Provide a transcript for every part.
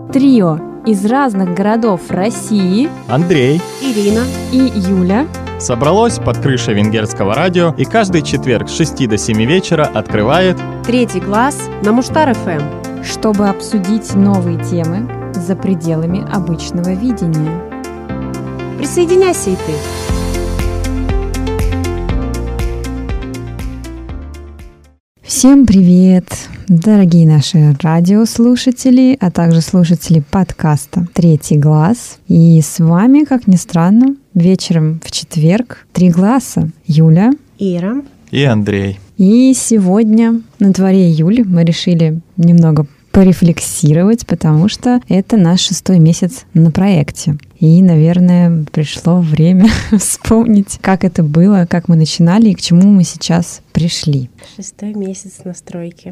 Трио из разных городов России Андрей, Ирина и Юля собралось под крышей венгерского радио и каждый четверг с 6 до 7 вечера открывает «Третий класс» на Муштар-ФМ, чтобы обсудить новые темы за пределами обычного видения. Присоединяйся и ты. Всем привет, дорогие наши радиослушатели, а также слушатели подкаста «Третий глаз». И с вами, как ни странно, вечером в четверг «Три глаза» Юля, Ира и Андрей. И сегодня на дворе июля мы решили немного порефлексировать, потому что это наш 6-й месяц на проекте. И, наверное, пришло время вспомнить, как это было, как мы начинали и к чему мы сейчас пришли. 6-й месяц настройки.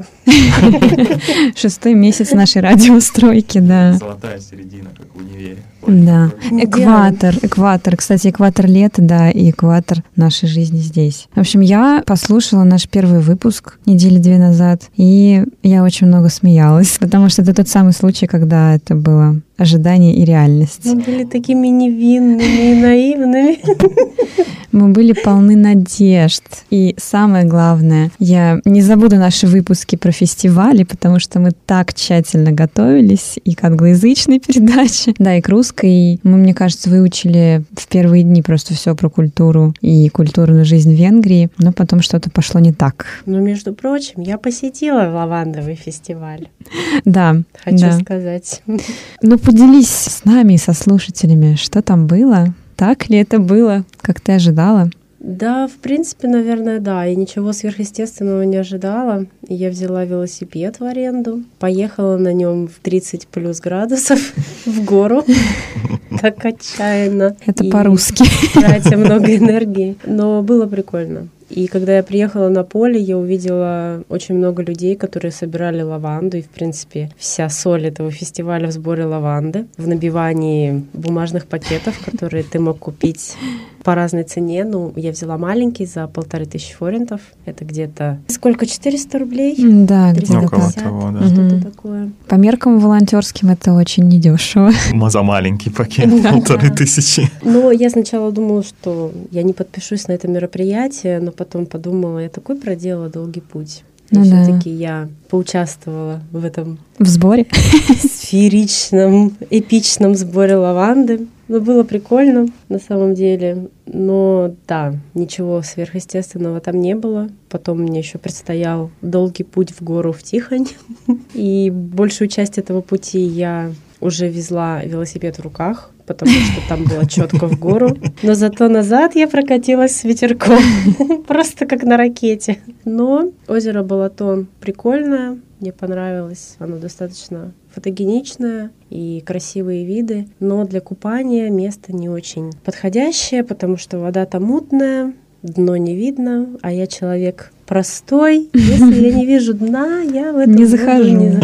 6-й месяц нашей радиостройки, да. Золотая середина, как в универе. Да. Экватор. Кстати, экватор лета, да, и экватор нашей жизни здесь. В общем, я послушала наш первый выпуск недели 2 назад, и я очень много смеялась, потому что это тот самый случай, когда это было ожидание и реальность. Мы были такими невинными и наивными. Мы были полны надежд. И самое главное, я не забуду наши выпуски про фестивали, потому что мы так тщательно готовились и к англоязычной передаче, да, и к русской. Мы, мне кажется, выучили в первые дни просто все про культуру и культурную жизнь в Венгрии, но потом что-то пошло не так. Но, между прочим, я посетила лавандовый фестиваль. Да. Хочу сказать. Ну, поделись с нами и со слушателями, что там было. Так ли это было, как ты ожидала? Да, в принципе, наверное, да. Я ничего сверхъестественного не ожидала. Я взяла велосипед в аренду, поехала на нем в 30 плюс градусов в гору. Так отчаянно. Это по-русски. Тратя много энергии. Но было прикольно. И когда я приехала на поле, я увидела очень много людей, которые собирали лаванду. И, в принципе, вся соль этого фестиваля в сборе лаванды, в набивании бумажных пакетов, которые ты мог купить по разной цене. Ну, я взяла маленький за 1500 форинтов. Это где-то... Сколько? 400 рублей? Да, 350, около того, да. Что-то такое. По меркам волонтерским это очень недешево. За маленький пакет 1500. Но я сначала думала, что я не подпишусь на это мероприятие, но потом подумала, я такой проделала долгий путь. И все-таки я поучаствовала в этом в сборе сферичном, эпичном сборе лаванды. Ну, было прикольно на самом деле. Но да, ничего сверхъестественного там не было. Потом мне еще предстоял долгий путь в гору в Тихонь. И большую часть этого пути я уже везла велосипед в руках, потому что там было четко в гору. Но зато назад я прокатилась с ветерком. Просто как на ракете. Но озеро Балатон прикольное. Мне понравилось. Оно достаточно фотогеничное и красивые виды. Но для купания место не очень подходящее, потому что вода там мутная, дно не видно, а я человек простой. Если я не вижу дна, я в этом не захожу.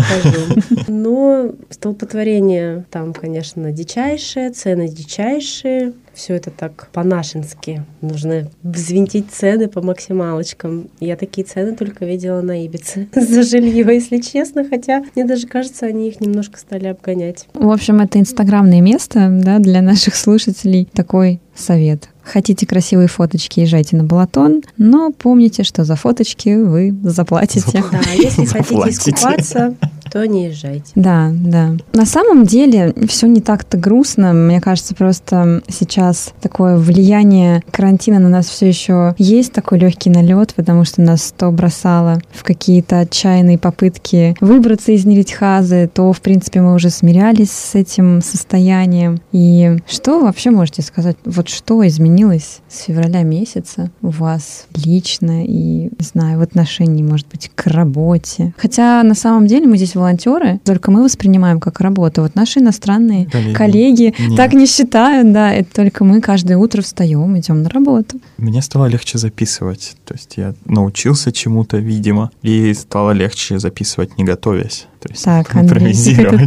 Но столпотворение там, конечно, дичайшее, цены дичайшие. Все это так по-нашенски. Нужно взвинтить цены по максималочкам. Я такие цены только видела на Ибице за жилье, если честно. Хотя мне даже кажется, они их немножко стали обгонять. В общем, это инстаграмное место, да, для наших слушателей. Такой совет. Хотите красивые фоточки, езжайте на Балатон, но помните, что за фоточки вы заплатите. Да, если хотите искупаться, то не езжайте. Да. На самом деле все не так-то грустно. Мне кажется, просто сейчас такое влияние карантина на нас все еще есть, такой легкий налет, потому что нас то бросало в какие-то отчаянные попытки выбраться из Неритхазы, то, в принципе, мы уже смирялись с этим состоянием. И что вообще можете сказать? Вот что изменилось с февраля месяца у вас лично и, не знаю, в отношении, может быть, к работе? Хотя на самом деле мы здесь волонтеры, только мы воспринимаем как работу. Вот наши иностранные коллеги так не считают, да, это только мы каждое утро встаем, идем на работу. Мне стало легче записывать, то есть я научился чему-то, видимо, и стало легче записывать, не готовясь. То есть Так, импровизировать.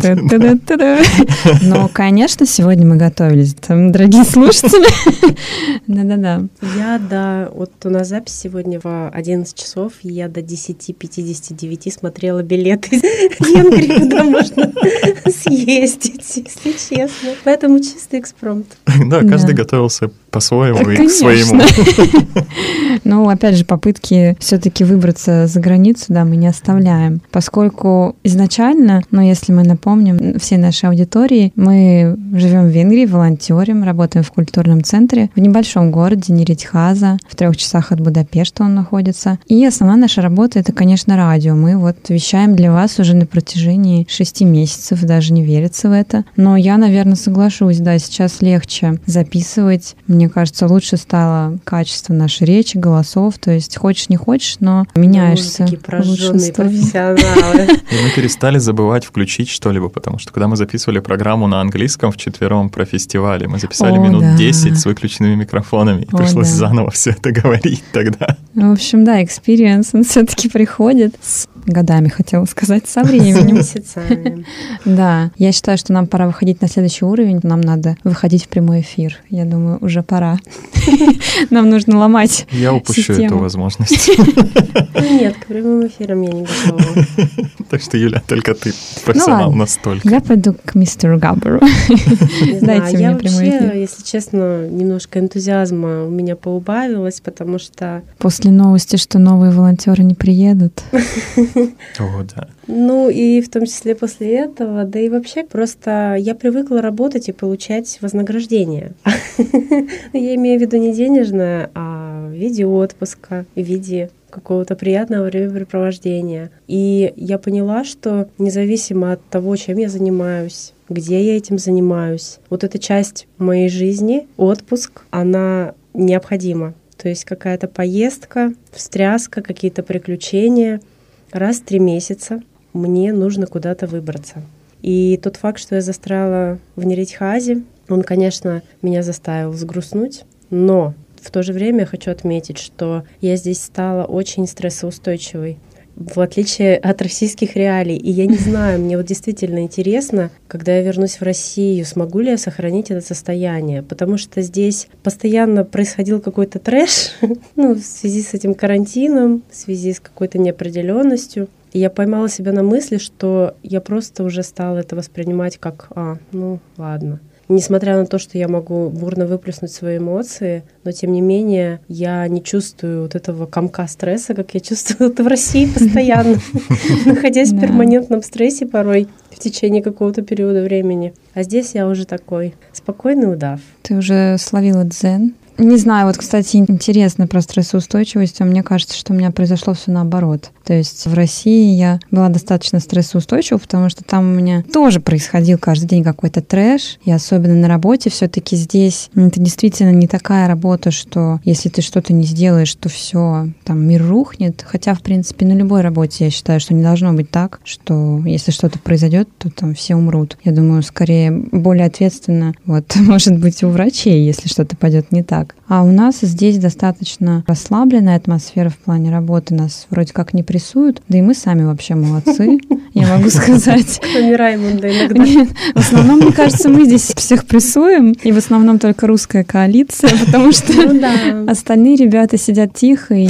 Но, конечно, сегодня мы готовились, дорогие слушатели. Да-да-да. Вот у нас запись сегодня в 11 часов, и я до 10:59 смотрела билеты из Венгрии, куда можно съездить, если честно. Поэтому чистый экспромт. Да, каждый готовился по-своему и к своему. Ну, опять же, попытки все-таки выбраться за границу, да, мы не оставляем, поскольку изначально, если мы напомним всей нашей аудитории, мы живем в Венгрии, волонтерим, работаем в культурном центре в небольшом городе Неритьхаза, в 3 часах от Будапешта он находится. И основная наша работа — это, конечно, радио. Мы вещаем для вас уже на протяжении 6 месяцев, даже не верится в это. Но я, наверное, соглашусь, да, сейчас легче записывать. Мне кажется, лучше стало качество нашей речи, голосов. То есть хочешь, не хочешь, но меняешься. Такие прожженные профессионалы. И мы перестали забывать включить что-либо, потому что когда мы записывали программу на английском вчетвером про фестивали, мы записали минут 10 с выключенными микрофонами, и пришлось заново все это говорить тогда. В общем, да, экспириенс, он все-таки приходит с годами, хотела сказать, со временем. Месяцами. Да, я считаю, что нам пора выходить на следующий уровень, нам надо выходить в прямой эфир. Я думаю, уже пора. Нам нужно ломать Я упущу эту возможность. Нет, к прямым эфирам я не готова. Так что, Юля, только ты профессионал настолько. Я пойду к мистеру Габберу. Дайте мне прямой эфир. Вообще, если честно, немножко энтузиазма у меня поубавилось, потому что... После новости, что новые волонтеры не приедут. О, да. И в том числе после этого, да и вообще просто я привыкла работать и получать вознаграждение. Я имею в виду не денежное, а в виде отпуска, в виде какого-то приятного времяпрепровождения. И я поняла, что независимо от того, чем я занимаюсь, где я этим занимаюсь, вот эта часть моей жизни, отпуск, она необходима. То есть какая-то поездка, встряска, какие-то приключения. Раз в 3 месяца мне нужно куда-то выбраться. И тот факт, что я застряла в Неритьхазе, он, конечно, меня заставил взгрустнуть, но в то же время я хочу отметить, что я здесь стала очень стрессоустойчивой, в отличие от российских реалий. И я не знаю, мне действительно интересно, когда я вернусь в Россию, смогу ли я сохранить это состояние, потому что здесь постоянно происходил какой-то трэш, в связи с этим карантином, в связи с какой-то неопределенностью. И я поймала себя на мысли, что я просто уже стала это воспринимать как ладно. Несмотря на то, что я могу бурно выплеснуть свои эмоции, но тем не менее я не чувствую вот этого комка стресса, как я чувствую это в России постоянно, находясь в перманентном стрессе порой в течение какого-то периода времени. А здесь я уже такой спокойный удав. Ты уже словила дзен? Не знаю, кстати, интересно про стрессоустойчивость, а мне кажется, что у меня произошло все наоборот. То есть в России я была достаточно стрессоустойчива, потому что там у меня тоже происходил каждый день какой-то трэш, и особенно на работе все-таки здесь это действительно не такая работа, что если ты что-то не сделаешь, то все, мир рухнет. Хотя, в принципе, на любой работе я считаю, что не должно быть так, что если что-то произойдет, то все умрут. Я думаю, скорее более ответственно, может быть, у врачей, если что-то пойдет не так. А у нас здесь достаточно расслабленная атмосфера в плане работы. Нас вроде как не прессуют, да и мы сами вообще молодцы, я могу сказать. Кроме Раймонда иногда. Нет, в основном, мне кажется, мы здесь всех прессуем, и в основном только русская коалиция, потому что остальные ребята сидят тихо, и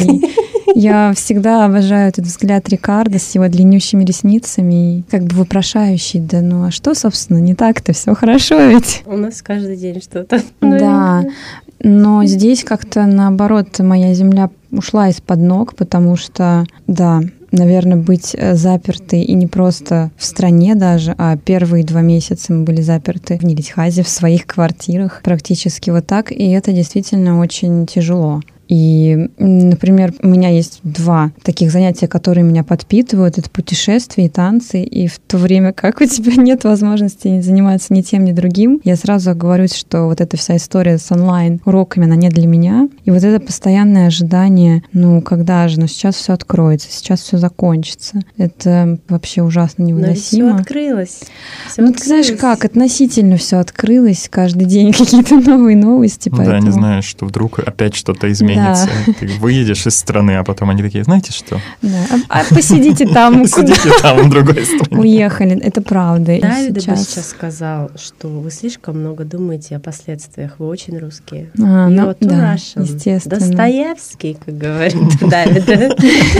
я всегда обожаю этот взгляд Рикардо с его длиннющими ресницами, и вопрошающий, а что, собственно, не так-то, все хорошо ведь. У нас каждый день что-то. Да. Но здесь как-то наоборот моя земля ушла из-под ног, потому что, да, наверное, быть запертой и не просто в стране даже, а первые 2 месяца мы были заперты в Неритьхазе, в своих квартирах, практически так, и это действительно очень тяжело. И, например, у меня есть 2 таких занятия, которые меня подпитывают. Это путешествия и танцы. И в то время как у тебя нет возможности заниматься ни тем, ни другим, я сразу оговорюсь, что эта вся история с онлайн-уроками, она не для меня. И это постоянное ожидание, когда же, сейчас все откроется, сейчас все закончится. Это вообще ужасно невыносимо. Но все открылось. Ты знаешь как, относительно все открылось. Каждый день какие-то новые новости. Да, не знаешь, что вдруг опять что-то изменится. изменится. Да. Ты выедешь из страны, а потом они такие, знаете что? Да. А посидите там. Посидите там, в другой стране. Уехали, это правда. Давид бы сейчас сказал, что вы слишком много думаете о последствиях, вы очень русские. Да, естественно. Достоевский, как говорит Давид.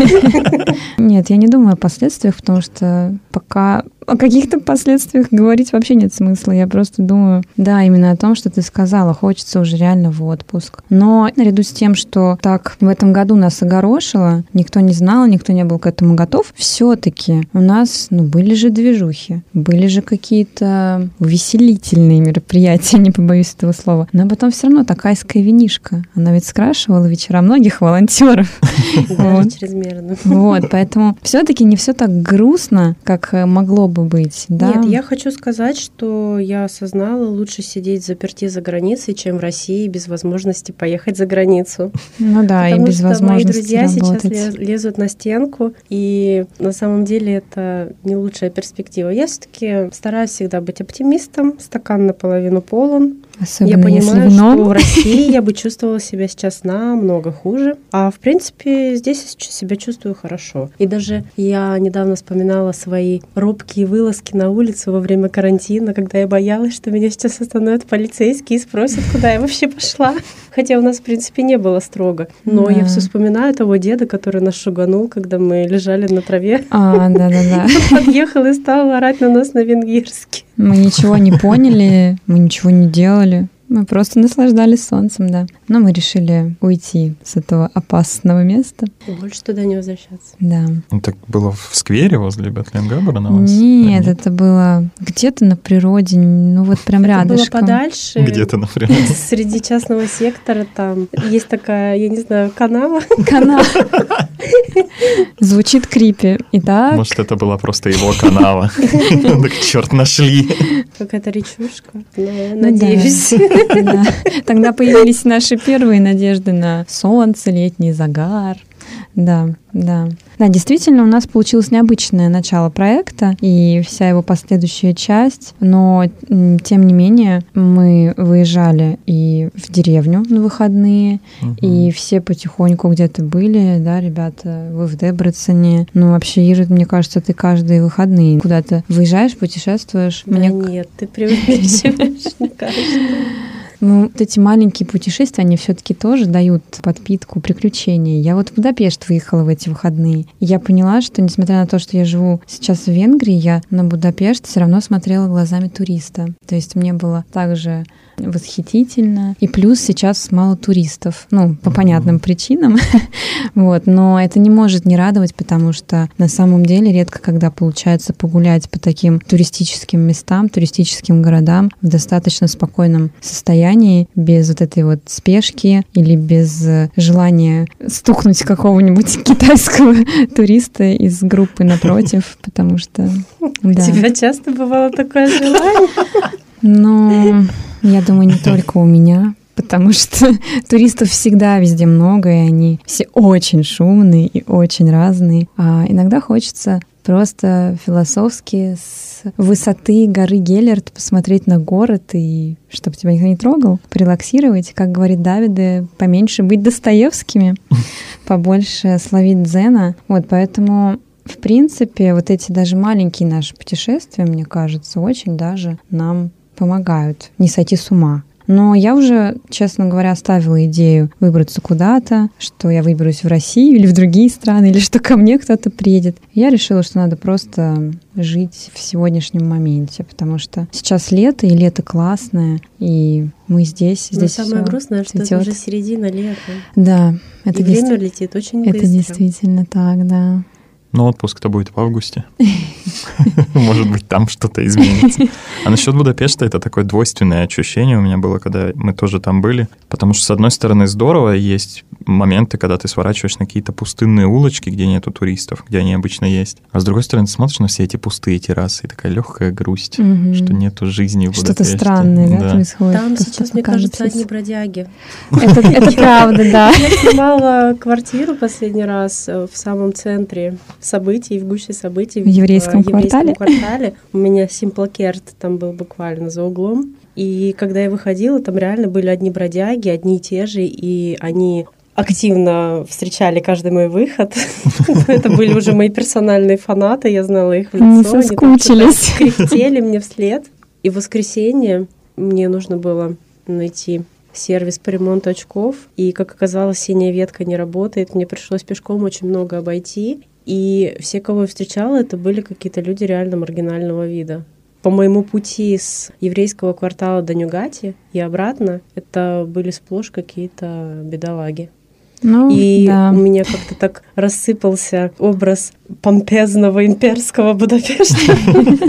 Нет, я не думаю о последствиях, потому что пока о каких-то последствиях говорить вообще нет смысла. Я просто думаю, да, именно о том, что ты сказала, хочется уже реально в отпуск. Но наряду с тем, что так в этом году нас огорошило, никто не знал, никто не был к этому готов, все-таки у нас, были же движухи, были же какие-то увеселительные мероприятия, не побоюсь этого слова. Но потом все равно такайская винишка, она ведь скрашивала вечера многих волонтеров. Даже чрезмерно. Вот, поэтому все-таки не все так грустно, как могло бы быть, да? Нет, я хочу сказать, что я осознала, лучше сидеть заперти за границей, чем в России без возможности поехать за границу. Ну да, и без возможности мои друзья работать. Сейчас лезут на стенку, и на самом деле это не лучшая перспектива. Я все-таки стараюсь всегда быть оптимистом, стакан наполовину полон. Особенно я понимаю, если что в России я бы чувствовала себя сейчас намного хуже. А в принципе здесь я себя чувствую хорошо. И даже я недавно вспоминала свои робкие вылазки на улицу во время карантина, когда я боялась, что меня сейчас остановят полицейские и спросят, куда я вообще пошла. Хотя у нас, в принципе, не было строго. Но я все вспоминаю того деда, который нас шуганул, когда мы лежали на траве. Да. Он подъехал и стал орать на нас на венгерский. Мы ничего не поняли, мы ничего не делали. Мы просто наслаждались солнцем, да. Но мы решили уйти с этого опасного места. И больше туда не возвращаться. Да. Это было в сквере возле Бетлем-Габбара у вас? Нет, это было где-то на природе, вот прям рядышком. Это было подальше. Где-то на природе. Среди частного сектора там есть такая, я не знаю, канава. Канава. Звучит крипи. Итак. Может, это была просто его канава. Так, черт, нашли. Какая-то речушка. Надеюсь. Да. Тогда появились наши первые надежды на солнце, летний загар. Да. Да, действительно, у нас получилось необычное начало проекта и вся его последующая часть, но, тем не менее, мы выезжали и в деревню на выходные, и все потихоньку где-то были, да, ребята, вы в Дебрецене. Вообще, Ира, мне кажется, ты каждые выходные куда-то выезжаешь, путешествуешь. Да нет, ты преувеличиваешь, мне кажется. Вот эти маленькие путешествия, они все-таки тоже дают подпитку, приключения. Я вот в Будапешт выехала в эти выходные. И я поняла, что, несмотря на то, что я живу сейчас в Венгрии, я на Будапешт все равно смотрела глазами туриста. То есть мне было также восхитительно. И плюс сейчас мало туристов. По понятным причинам. Вот. Но это не может не радовать, потому что на самом деле редко когда получается погулять по таким туристическим местам, туристическим городам в достаточно спокойном состоянии, без вот этой вот спешки или без желания стукнуть какого-нибудь китайского туриста из группы напротив, потому что... У тебя часто бывало такое желание? Я думаю, не только у меня, потому что туристов всегда везде много, и они все очень шумные и очень разные. А иногда хочется просто философски с высоты горы Геллерт посмотреть на город, и чтобы тебя никто не трогал, порелаксировать, как говорит Давид, поменьше быть Достоевскими, побольше словить дзена. Вот, поэтому... В принципе, вот эти даже маленькие наши путешествия, мне кажется, очень даже нам помогают не сойти с ума. Но я уже, честно говоря, оставила идею выбраться куда-то, что я выберусь в Россию или в другие страны, или что ко мне кто-то приедет. Я решила, что надо просто жить в сегодняшнем моменте, потому что сейчас лето, и лето классное, и мы здесь. Но самое грустное, что это уже середина лета. Да. И время летит очень быстро. Это действительно так, да. Но отпуск-то будет в августе. Может быть, там что-то изменится. А насчет Будапешта это такое двойственное ощущение у меня было, когда мы тоже там были. Потому что, с одной стороны, здорово, есть моменты, когда ты сворачиваешь на какие-то пустынные улочки, где нету туристов, где они обычно есть. А с другой стороны, ты смотришь на все эти пустые террасы, и такая легкая грусть, что нету жизни в Будапеште. Что-то странное, да, происходит. Там сейчас, мне кажется, одни бродяги. Это правда, да. Я снимала квартиру последний раз в самом центре событий, в гуще событий. В еврейском квартале. У меня Симплакерт там был буквально за углом. И когда я выходила, там реально были одни бродяги, одни и те же, и они активно встречали каждый мой выход. Это были уже мои персональные фанаты, я знала их в лицо. Мы соскучились. Они кряхтели мне вслед. И в воскресенье мне нужно было найти сервис по ремонту очков. И, как оказалось, синяя ветка не работает. Мне пришлось пешком очень много обойти. И все, кого я встречала, это были какие-то люди реально маргинального вида. По моему пути с еврейского квартала до Нюгати и обратно это были сплошь какие-то бедолаги. Ну, и да. У меня как-то так рассыпался образ помпезного имперского Будапешта.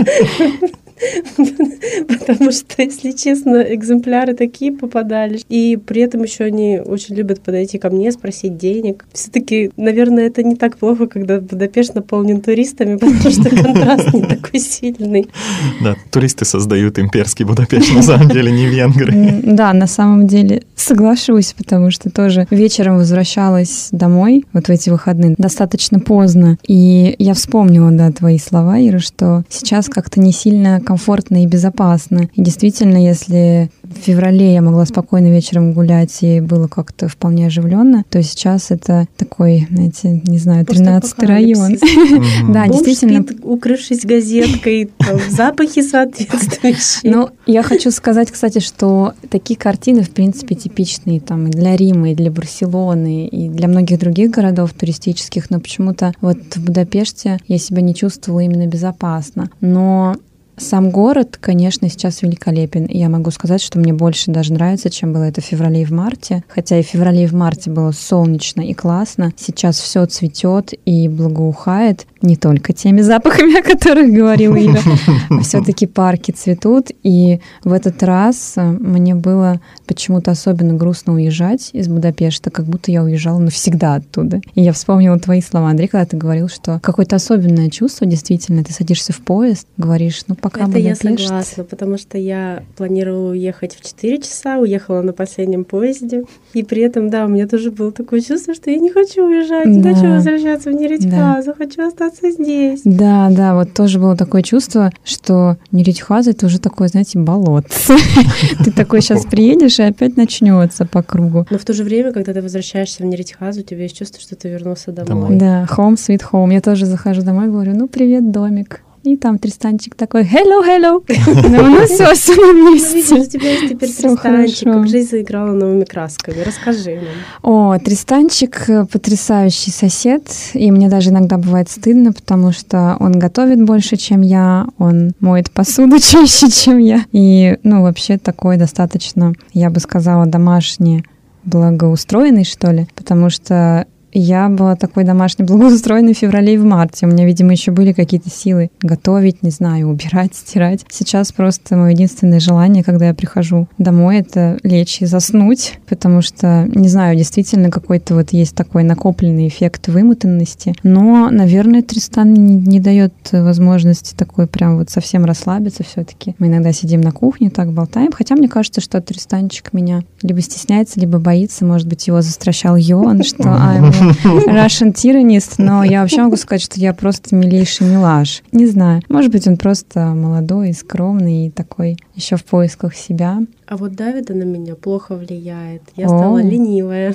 Потому что, если честно, экземпляры такие попадались. И при этом еще они очень любят подойти ко мне, спросить денег. Все-таки, наверное, это не так плохо, когда Будапешт наполнен туристами, потому что контраст не такой сильный. Да, туристы создают имперский Будапешт, на самом деле, не венгры. Да, на самом деле соглашусь, потому что тоже вечером возвращалась домой, вот в эти выходные, достаточно поздно. И я вспомнила, да, твои слова, Ира, что сейчас как-то не сильно комфортно и безопасно. И действительно, если в феврале я могла спокойно вечером гулять и было как-то вполне оживленно, то сейчас это такой, знаете, не знаю, 13-й район. Да, действительно. Укрывшись газеткой, запахи соответствующие. Ну, я хочу сказать, кстати, что такие картины, в принципе, типичные там и для Рима, и для Барселоны, и для многих других городов туристических, но почему-то вот в Будапеште я себя не чувствовала именно безопасно. Но сам город, конечно, сейчас великолепен. И я могу сказать, что мне больше даже нравится, чем было это в феврале и в марте. Хотя и в феврале и в марте было солнечно и классно. Сейчас все цветет и благоухает. Не только теми запахами, о которых говорила Ира. Все-таки парки цветут. И в этот раз мне было почему-то особенно грустно уезжать из Будапешта, как будто я уезжала навсегда оттуда. И я вспомнила твои слова, Андрей, когда ты говорил, что какое-то особенное чувство, действительно, ты садишься в поезд, говоришь, ну, пока это Будапешт. Я согласна, потому что я планировала уехать в 4 часа, уехала на последнем поезде. И при этом, да, у меня тоже было такое чувство, что я не хочу уезжать, не хочу возвращаться в Неритьхазу, хочу остаться здесь. Да, да, вот тоже было такое чувство, что Неритьхаза — это уже такое, знаете, болотце. Ты такой сейчас приедешь, и опять начнется по кругу. Но в то же время, когда ты возвращаешься в Неритьхазу, у тебя есть чувство, что ты вернулся домой. Да, home sweet home. Я тоже захожу домой и говорю, ну, привет, домик. И там Тристанчик такой, hello, hello. Ну, у нас все на месте. Видишь, у тебя есть теперь Тристанчик. Как жизнь заиграла новыми красками. Расскажи нам. О, Тристанчик потрясающий сосед. И мне даже иногда бывает стыдно, потому что он готовит больше, чем я. Он моет посуду чаще, чем я. И, ну, вообще такой достаточно, я бы сказала, домашний, благоустроенный, что ли. Потому что я была такой домашней благоустроенной в феврале и в марте. У меня, видимо, еще были какие-то силы готовить, не знаю, убирать, стирать. Сейчас просто мое единственное желание, когда я прихожу домой, это лечь и заснуть, потому что, не знаю, действительно какой-то вот есть такой накопленный эффект вымотанности. Но, наверное, Тристан не дает возможности такой прям вот совсем расслабиться все-таки. Мы иногда сидим на кухне, так болтаем. Хотя мне кажется, что Тристанчик меня либо стесняется, либо боится. Может быть, его застращал Йоан, что Russian tyrannist, но я вообще могу сказать, что я просто милейший милаш. Не знаю. Может быть, он просто молодой и скромный, и такой еще в поисках себя. А вот Давида на меня плохо влияет. Я стала ленивая.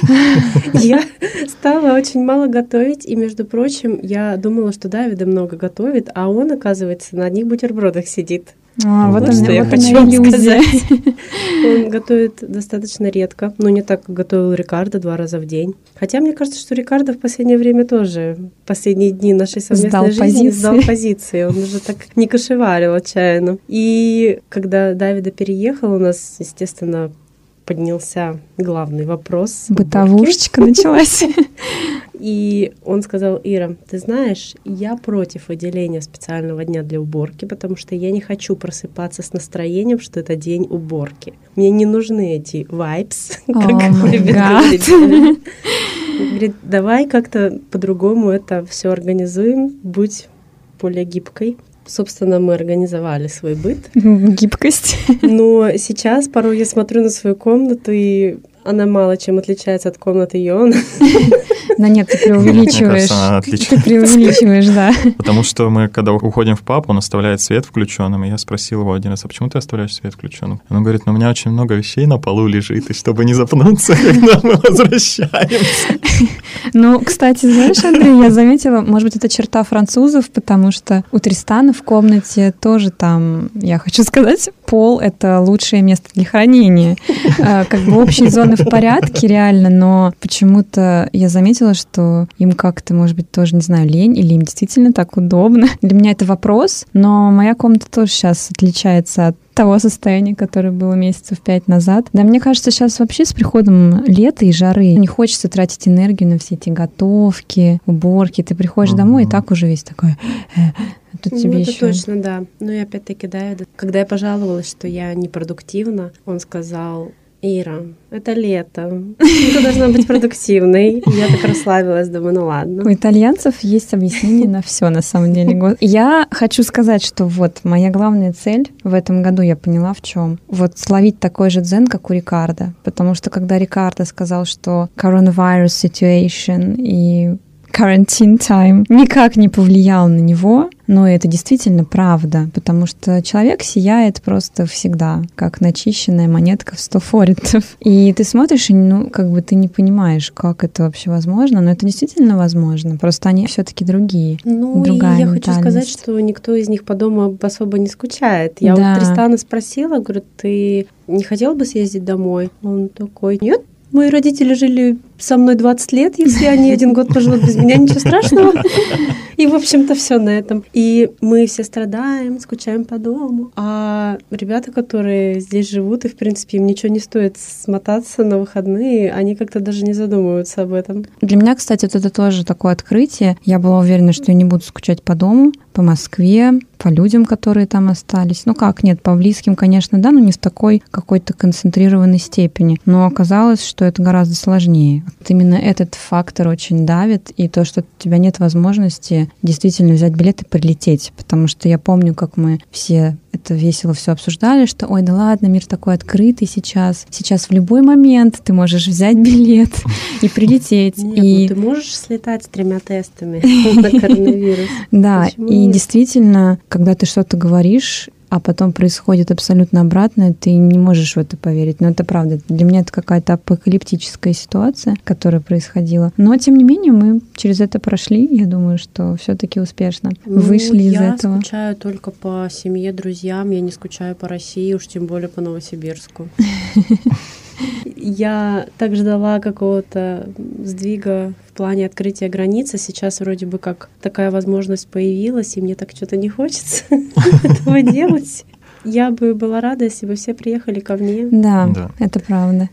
Я стала очень мало готовить, и, между прочим, я думала, что Давида много готовит, а он, оказывается, на одних бутербродах сидит. Вот что я хочу вам сказать. Он готовит достаточно редко, но не так, как готовил Рикардо 2 раза в день. Хотя мне кажется, что Рикардо в последнее время тоже, в последние дни нашей совместной жизни сдал позиции. Он уже так не кошеварил отчаянно. И когда Давида переехал, у нас, естественно, поднялся главный вопрос. Бытовушечка началась. И он сказал: Ира, ты знаешь, я против выделения специального дня для уборки, потому что я не хочу просыпаться с настроением, что это день уборки. Мне не нужны эти vibes, как любит говорить. Он говорит, давай как-то по-другому это все организуем, будь более гибкой. Собственно, мы организовали свой быт. Гибкость. Но сейчас порой я смотрю на свою комнату, и она мало чем отличается от комнаты Йоана. Да нет, ты преувеличиваешь. Мне кажется, она отличается. Ты преувеличиваешь, да. Потому что мы, когда уходим в паб, он оставляет свет включенным, и я спросил его один раз, а почему ты оставляешь свет включенным? Он говорит, у меня очень много вещей на полу лежит, и чтобы не запнуться, когда мы возвращаемся. Ну, кстати, знаешь, Андрей, я заметила, может быть, это черта французов, потому что у Тристана в комнате тоже там, я хочу сказать, пол — это лучшее место для хранения. Как бы общие зоны в порядке, реально, но почему-то я заметила, что им как-то, может быть, тоже, не знаю, лень, или им действительно так удобно. Для меня это вопрос, но моя комната тоже сейчас отличается от того состояния, которое было месяцев 5 назад. Да, мне кажется, сейчас вообще с приходом лета и жары не хочется тратить энергию на все эти готовки, уборки. Ты приходишь домой, и так уже весь такой... Тут тебе это еще... точно, да. Но и опять-таки, да, когда я пожаловалась, что я непродуктивна, он сказал: Ира, это лето, ты должна быть продуктивной. Я так расслабилась, думаю, ну ладно. У итальянцев есть объяснение на все, на самом деле. Я хочу сказать, что вот моя главная цель в этом году, я поняла в чем. Вот словить такой же дзен, как у Рикардо. Потому что когда Рикардо сказал, что coronavirus situation и quarantine time никак не повлиял на него, но это действительно правда, потому что человек сияет просто всегда, как начищенная монетка в 100 форинтов. И ты смотришь, и ну, как бы ты не понимаешь, как это вообще возможно, но это действительно возможно, просто они все-таки другие. Ну, другая и я хочу сказать, ментальность. что никто из них по дому особо не скучает. Я Да. у Тристана спросила, говорю, ты не хотел бы съездить домой? Он такой: нет, мои родители жили со мной 20 лет, если они 1 год поживут без меня, ничего страшного. И, в общем-то, все на этом. И мы все страдаем, скучаем по дому. А ребята, которые здесь живут, и, в принципе, им ничего не стоит смотаться на выходные, они как-то даже не задумываются об этом. Для меня, кстати, вот это тоже такое открытие. Я была уверена, что я не буду скучать по дому, по Москве, по людям, которые там остались. Ну как, нет, по близким, конечно, да, но не в такой какой-то концентрированной степени. Но оказалось, что это гораздо сложнее. Вот именно этот фактор очень давит, и то, что у тебя нет возможности действительно взять билет и прилететь. Потому что я помню, как мы все это весело все обсуждали, что ой, да ладно, мир такой открытый сейчас. Сейчас в любой момент ты можешь взять билет и прилететь. Нет, и... ну ты можешь слетать с 3 тестами на коронавирус. Да, Почему и нет? действительно, когда ты что-то говоришь, а потом происходит абсолютно обратное, ты не можешь в это поверить. Но это правда. Для меня это какая-то апокалиптическая ситуация, которая происходила. Но, тем не менее, мы через это прошли. Я думаю, что все-таки успешно вышли из этого. Я скучаю только по семье, друзьям. Я не скучаю по России, уж тем более по Новосибирску. Я так ждала какого-то сдвига в плане открытия границ, а сейчас вроде бы как такая возможность появилась, и мне так что-то не хочется этого делать. Я бы была рада, если бы все приехали ко мне. Да, это правда.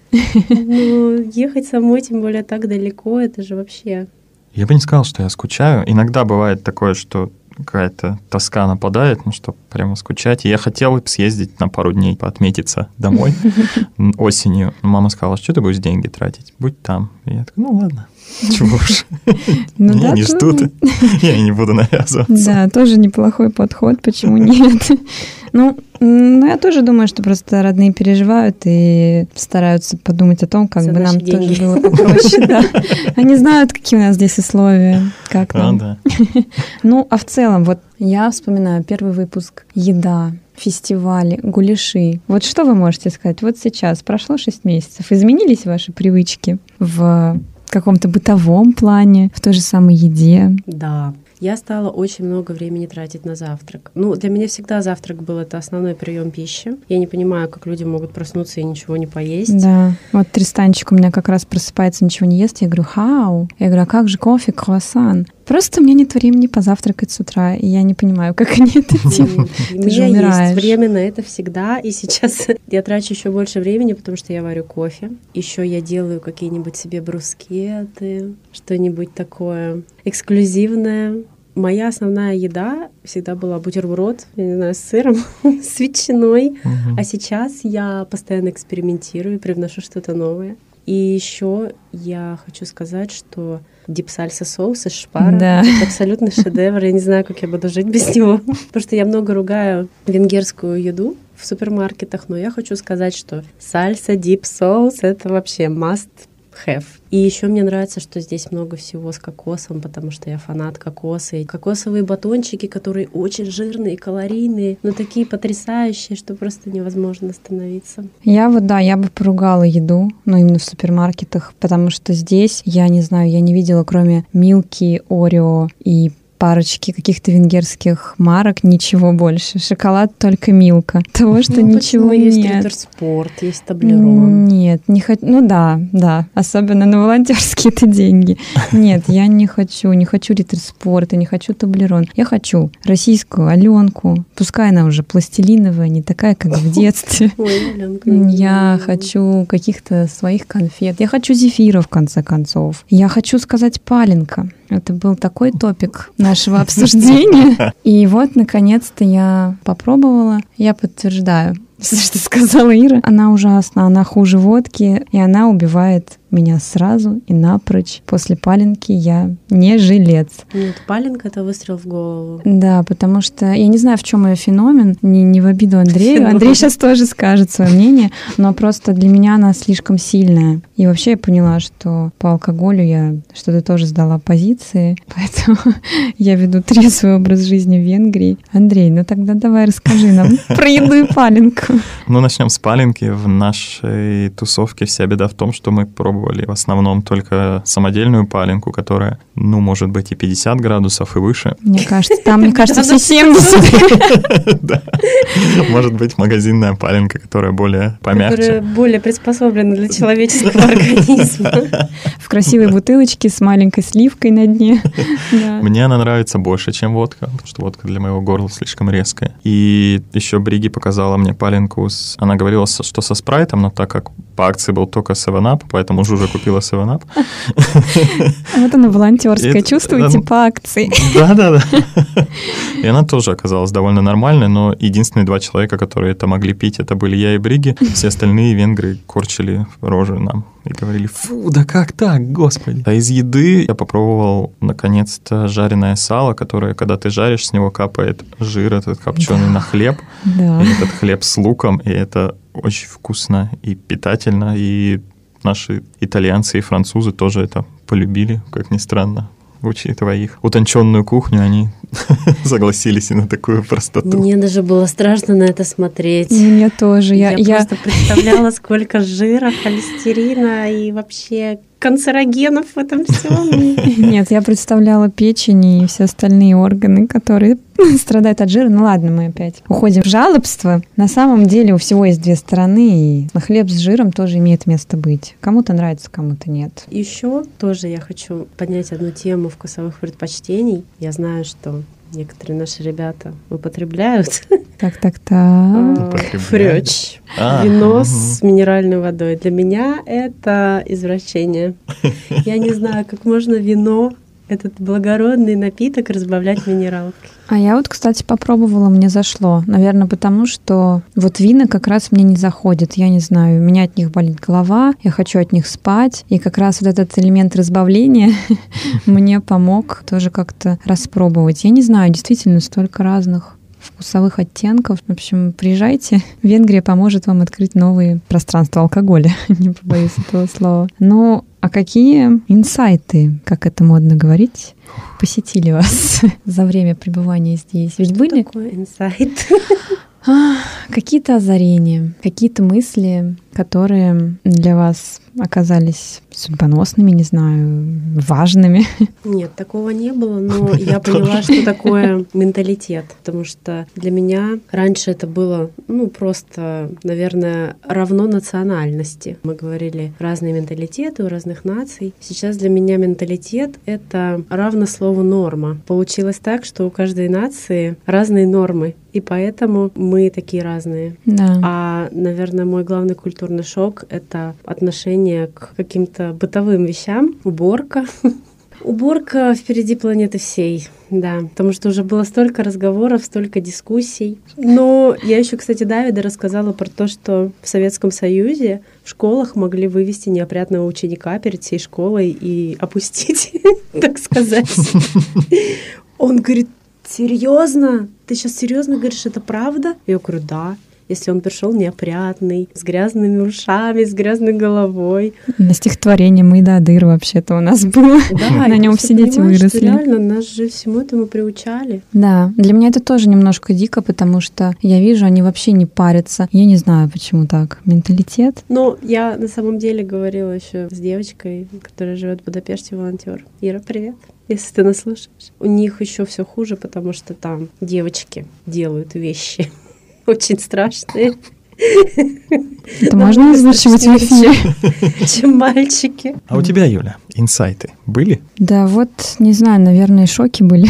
Но ехать самой, тем более так далеко, это же вообще... Я бы не сказал, что я скучаю. Иногда бывает такое, что какая-то тоска нападает, ну что, прямо скучать. И я хотел съездить на пару дней, поотметиться домой осенью. Но мама сказала, что ты будешь деньги тратить? Будь там. И я такой, ну ладно, чего уж. Меня не ждут, я не буду навязываться. Да, тоже неплохой подход, почему нет? Ну, я тоже думаю, что просто родные переживают и стараются подумать о том, как бы нам тоже было попроще. Да. Они знают, какие у нас здесь условия, как нам. Да. Ну, а в целом, вот я вспоминаю первый выпуск «Еда», фестивали, гуляши. Вот что вы можете сказать? Вот сейчас прошло 6 месяцев. Изменились ваши привычки в каком-то бытовом плане, в той же самой еде? Да. Я стала очень много времени тратить на завтрак. Ну, для меня всегда завтрак был это основной прием пищи. Я не понимаю, как люди могут проснуться и ничего не поесть. Да. Вот Тристанчик у меня как раз просыпается, ничего не ест. Я говорю, хау. Я говорю, а как же кофе, круассан? Просто у меня нет времени позавтракать с утра, и я не понимаю, как они это делают. У меня есть время на это всегда, и сейчас я трачу еще больше времени, потому что я варю кофе. Еще я делаю какие-нибудь себе брускеты, что-нибудь такое эксклюзивное. Моя основная еда всегда была бутерброд, я не знаю, с сыром, с ветчиной. А сейчас я постоянно экспериментирую, привношу что-то новое. И еще я хочу сказать, что дип-сальса соус из шпара — это абсолютный шедевр. Я не знаю, как я буду жить без него. Потому что я много ругаю венгерскую еду в супермаркетах, но я хочу сказать, что сальса, дип-соус — это вообще must have. И еще мне нравится, что здесь много всего с кокосом, потому что я фанат кокоса. И кокосовые батончики, которые очень жирные, калорийные, но такие потрясающие, что просто невозможно остановиться. Я бы поругала еду, но именно в супермаркетах, потому что здесь, я не знаю, я не видела, кроме Милки, Орео и парочки каких-то венгерских марок, ничего больше. Шоколад только Милка. Того, что ничего нет. Есть Риттер Спорт, есть Таблерон. Нет, не хочу. Ну да. Особенно на волонтерские-то деньги. Нет, я не хочу Риттер Спорт, не хочу Таблерон. Я хочу российскую Аленку. Пускай она уже пластилиновая, не такая, как в детстве. Ой, Аленка. Я хочу каких-то своих конфет. Я хочу зефира, в конце концов. Я хочу сказать паленка. Это был такой топик нашего обсуждения. И вот, наконец-то, я попробовала. Я подтверждаю, что сказала Ира. Она ужасна, она хуже водки, и она убивает меня сразу и напрочь. После паленки я не жилец. Нет, паленка — это выстрел в голову. Да, потому что я не знаю, в чем ее феномен, не в обиду Андрею. Андрей сейчас тоже скажет свое мнение, но просто для меня она слишком сильная. И вообще я поняла, что по алкоголю я что-то тоже сдала позиции, поэтому я веду трезвый образ жизни в Венгрии. Андрей, ну тогда давай расскажи нам про еду и паленку. Ну, начнем с паленки. В нашей тусовке вся беда в том, что мы пробовали в основном только самодельную паленку, которая, может быть, и 50 градусов, и выше. Мне кажется, все 70. Да. Может быть, магазинная паленка, которая более помягче. Которая более приспособлена для человеческого организма. В красивой бутылочке с маленькой сливкой на дне. Мне она нравится больше, чем водка, потому что водка для моего горла слишком резкая. И еще Бриги показала мне паленку. Она говорила, что со спрайтом, но так как по акции был только 7-Up, поэтому уже купила 7-Up. Вот она волонтерская, чувствуете, по акции. Да. И она тоже оказалась довольно нормальной, но единственные 2 человека, которые это могли пить, это были я и Бриги. Все остальные венгры корчили рожи нам и говорили: фу, да как так, господи. А из еды я попробовал, наконец-то, жареное сало, которое, когда ты жаришь, с него капает жир этот копченый на хлеб. Да. И этот хлеб с луком, и это очень вкусно и питательно, и наши итальянцы и французы тоже это полюбили, как ни странно. Учитывая их утонченную кухню, они согласились и на такую простоту. Мне даже было страшно на это смотреть. Мне тоже. Я просто представляла, сколько жира, холестерина и вообще канцерогенов в этом всем. Нет, я представляла печень и все остальные органы, которые страдают от жира. Ну ладно, мы опять уходим в жалобство. На самом деле у всего есть 2 стороны, и хлеб с жиром тоже имеет место быть. Кому-то нравится, кому-то нет. Еще тоже я хочу поднять одну тему вкусовых предпочтений. Я знаю, что некоторые наши ребята употребляют. Так. Фрёч. Вино с минеральной водой. Для меня это извращение. Я не знаю, как можно вино, этот благородный напиток, разбавлять минералкой. А я вот, кстати, попробовала, мне зашло. Наверное, потому что вот вина как раз мне не заходят. Я не знаю, у меня от них болит голова, я хочу от них спать. И как раз вот этот элемент разбавления мне помог тоже как-то распробовать. Я не знаю, действительно, столько разных вкусовых оттенков. В общем, приезжайте. Венгрия поможет вам открыть новые пространства алкоголя. Не побоюсь этого слова. Ну, а какие инсайты, как это модно говорить, посетили вас за время пребывания здесь? Ведь были... Что такое инсайт? Какие-то озарения, какие-то мысли, которые для вас оказались судьбоносными, не знаю, важными? Нет, такого не было, но я поняла, что такое менталитет, потому что для меня раньше это было, просто, наверное, равно национальности. Мы говорили разные менталитеты у разных наций. Сейчас для меня менталитет — это равно слову норма. Получилось так, что у каждой нации разные нормы, и поэтому мы такие разные. Да. А, наверное, мой главный культурный шок — это отношение к каким-то бытовым вещам. Уборка. Уборка впереди планеты всей, да, потому что уже было столько разговоров, столько дискуссий. Но я еще, кстати, Давида рассказала про то, что в Советском Союзе в школах могли вывести неопрятного ученика перед всей школой и опустить, так сказать. Он говорит: серьезно? Ты сейчас серьезно говоришь, это правда? Я говорю: да. если он пришел неопрятный, с грязными ушами, с грязной головой. На стихотворение «Мойдодыр» вообще-то у нас было. Да, на нем все дети выросли. Реально, нас же всему этому приучали. Да, для меня это тоже немножко дико, потому что я вижу, они вообще не парятся. Я не знаю, почему так. Менталитет. Ну, я на самом деле говорила еще с девочкой, которая живет в Будапеште, волонтер. Ира, привет, если ты нас слушаешь. У них еще все хуже, потому что там девочки делают вещи очень страшные. Это можно озвучивать в эфире? Чем мальчики. А у тебя, Юля, инсайты были? Да вот, не знаю, наверное, шоки были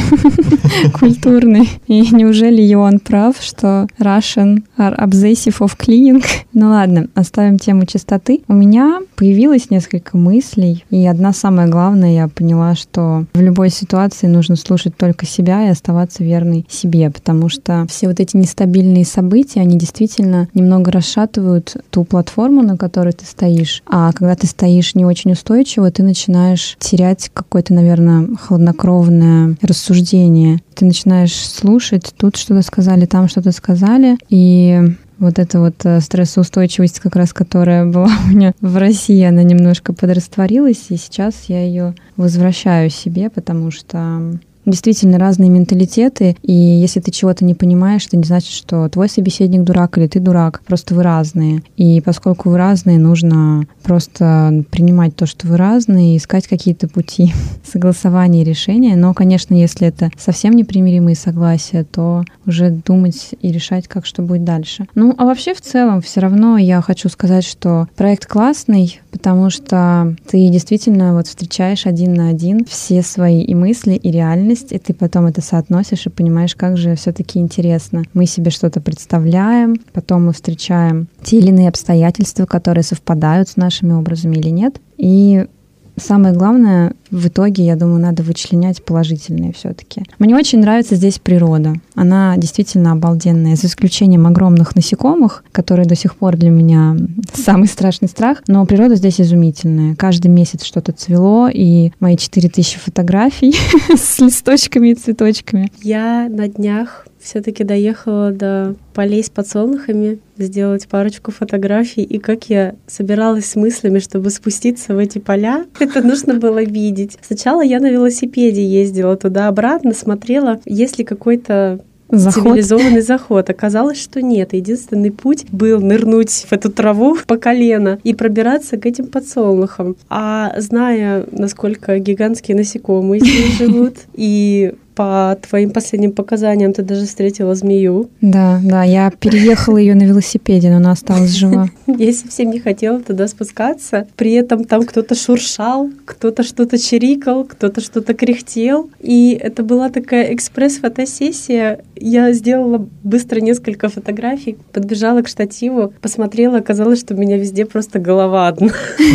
культурные. И неужели Иоанн прав, что Russian are obsessive of cleaning? Ну ладно, оставим тему чистоты. У меня появилось несколько мыслей, и одна самая главная, я поняла, что в любой ситуации нужно слушать только себя и оставаться верной себе, потому что все вот эти нестабильные события, они действительно немного расшатывают ту платформу, на которой ты стоишь. А когда ты стоишь не очень устойчиво, ты начинаешь терять какое-то, наверное, хладнокровное рассуждение. Ты начинаешь слушать, тут что-то сказали, там что-то сказали, и вот эта вот стрессоустойчивость, как раз которая была у меня в России, она немножко подрастворилась, и сейчас я ее возвращаю себе, потому что действительно разные менталитеты, и если ты чего-то не понимаешь, это не значит, что твой собеседник дурак или ты дурак, просто вы разные. И поскольку вы разные, нужно просто принимать то, что вы разные, и искать какие-то пути согласования и решения. Но, конечно, если это совсем непримиримые согласия, то уже думать и решать, как что будет дальше. Ну, а вообще в целом все равно я хочу сказать, что проект классный, потому что ты действительно вот встречаешь один на один все свои и мысли, и реальность, и ты потом это соотносишь и понимаешь, как же все-таки интересно. Мы себе что-то представляем, потом мы встречаем те или иные обстоятельства, которые совпадают с нашими образами или нет. И самое главное, в итоге, я думаю, надо вычленять положительные все-таки. Мне очень нравится здесь природа. Она действительно обалденная, за исключением огромных насекомых, которые до сих пор для меня самый страшный страх. Но природа здесь изумительная. Каждый месяц что-то цвело, и мои 4000 фотографий с листочками и цветочками. Я на днях все-таки доехала до полей с подсолнухами, сделать парочку фотографий. И как я собиралась с мыслями, чтобы спуститься в эти поля, это нужно было видеть. Сначала я на велосипеде ездила туда-обратно, смотрела, есть ли какой-то цивилизованный заход. Оказалось, что нет. Единственный путь был нырнуть в эту траву по колено и пробираться к этим подсолнухам. А зная, насколько гигантские насекомые здесь живут, и по твоим последним показаниям ты даже встретила змею. Да, я переехала ее на велосипеде, но она осталась жива. Я совсем не хотела туда спускаться. При этом там кто-то шуршал, кто-то что-то чирикал, кто-то что-то кряхтел. И это была такая экспресс-фотосессия. Я сделала быстро несколько фотографий, подбежала к штативу, посмотрела, оказалось, что у меня везде просто голова одна.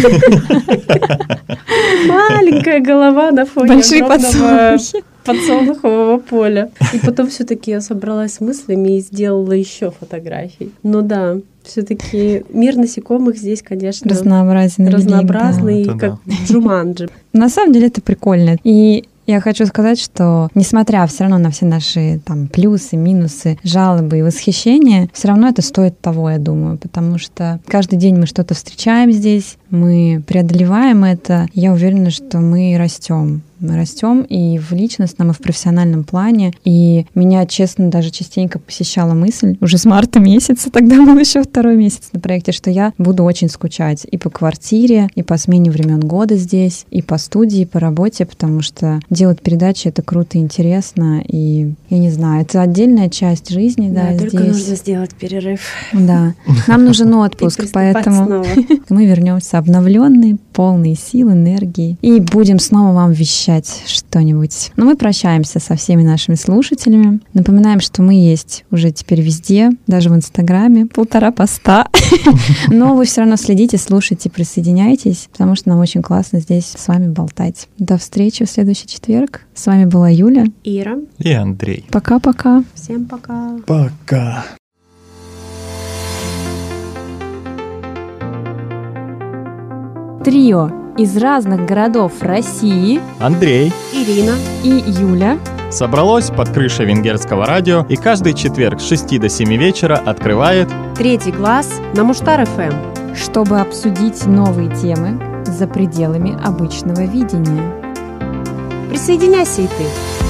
Маленькая голова на фоне огромного подсолнухового поля. И потом все-таки я собралась с мыслями и сделала еще фотографий. Но да, все-таки мир насекомых здесь, конечно, разнообразный, да. как Джуманджи. На самом деле это прикольно. И я хочу сказать, что несмотря все равно на все наши там плюсы, минусы, жалобы и восхищения, все равно это стоит того, я думаю, потому что каждый день мы что-то встречаем здесь, мы преодолеваем это. Я уверена, что мы растем. Мы растем и в личностном, и в профессиональном плане. И меня, честно, даже частенько посещала мысль, уже с марта месяца, тогда был еще 2-й месяц на проекте, что я буду очень скучать и по квартире, и по смене времен года здесь, и по студии, и по работе, потому что делать передачи — это круто и интересно. И я не знаю, это отдельная часть жизни, да, здесь. Только нужно сделать перерыв. Да, нам нужен отпуск, поэтому мы вернемся обновленные, полные сил, энергии, и будем снова вам вещать что-нибудь. Но мы прощаемся со всеми нашими слушателями. Напоминаем, что мы есть уже теперь везде, даже в Инстаграме, 1,5 поста. Но вы все равно следите, слушайте, присоединяйтесь, потому что нам очень классно здесь с вами болтать. До встречи в следующий четверг. С вами была Юля, Ира и Андрей. Пока-пока. Всем пока. Пока. Трио из разных городов России. Андрей. Ирина И Юля собралось под крышей венгерского радио и каждый четверг с 6 до 7 вечера открывает «Третий глаз» на Муштар-ФМ, чтобы обсудить новые темы за пределами обычного видения. Присоединяйся и ты.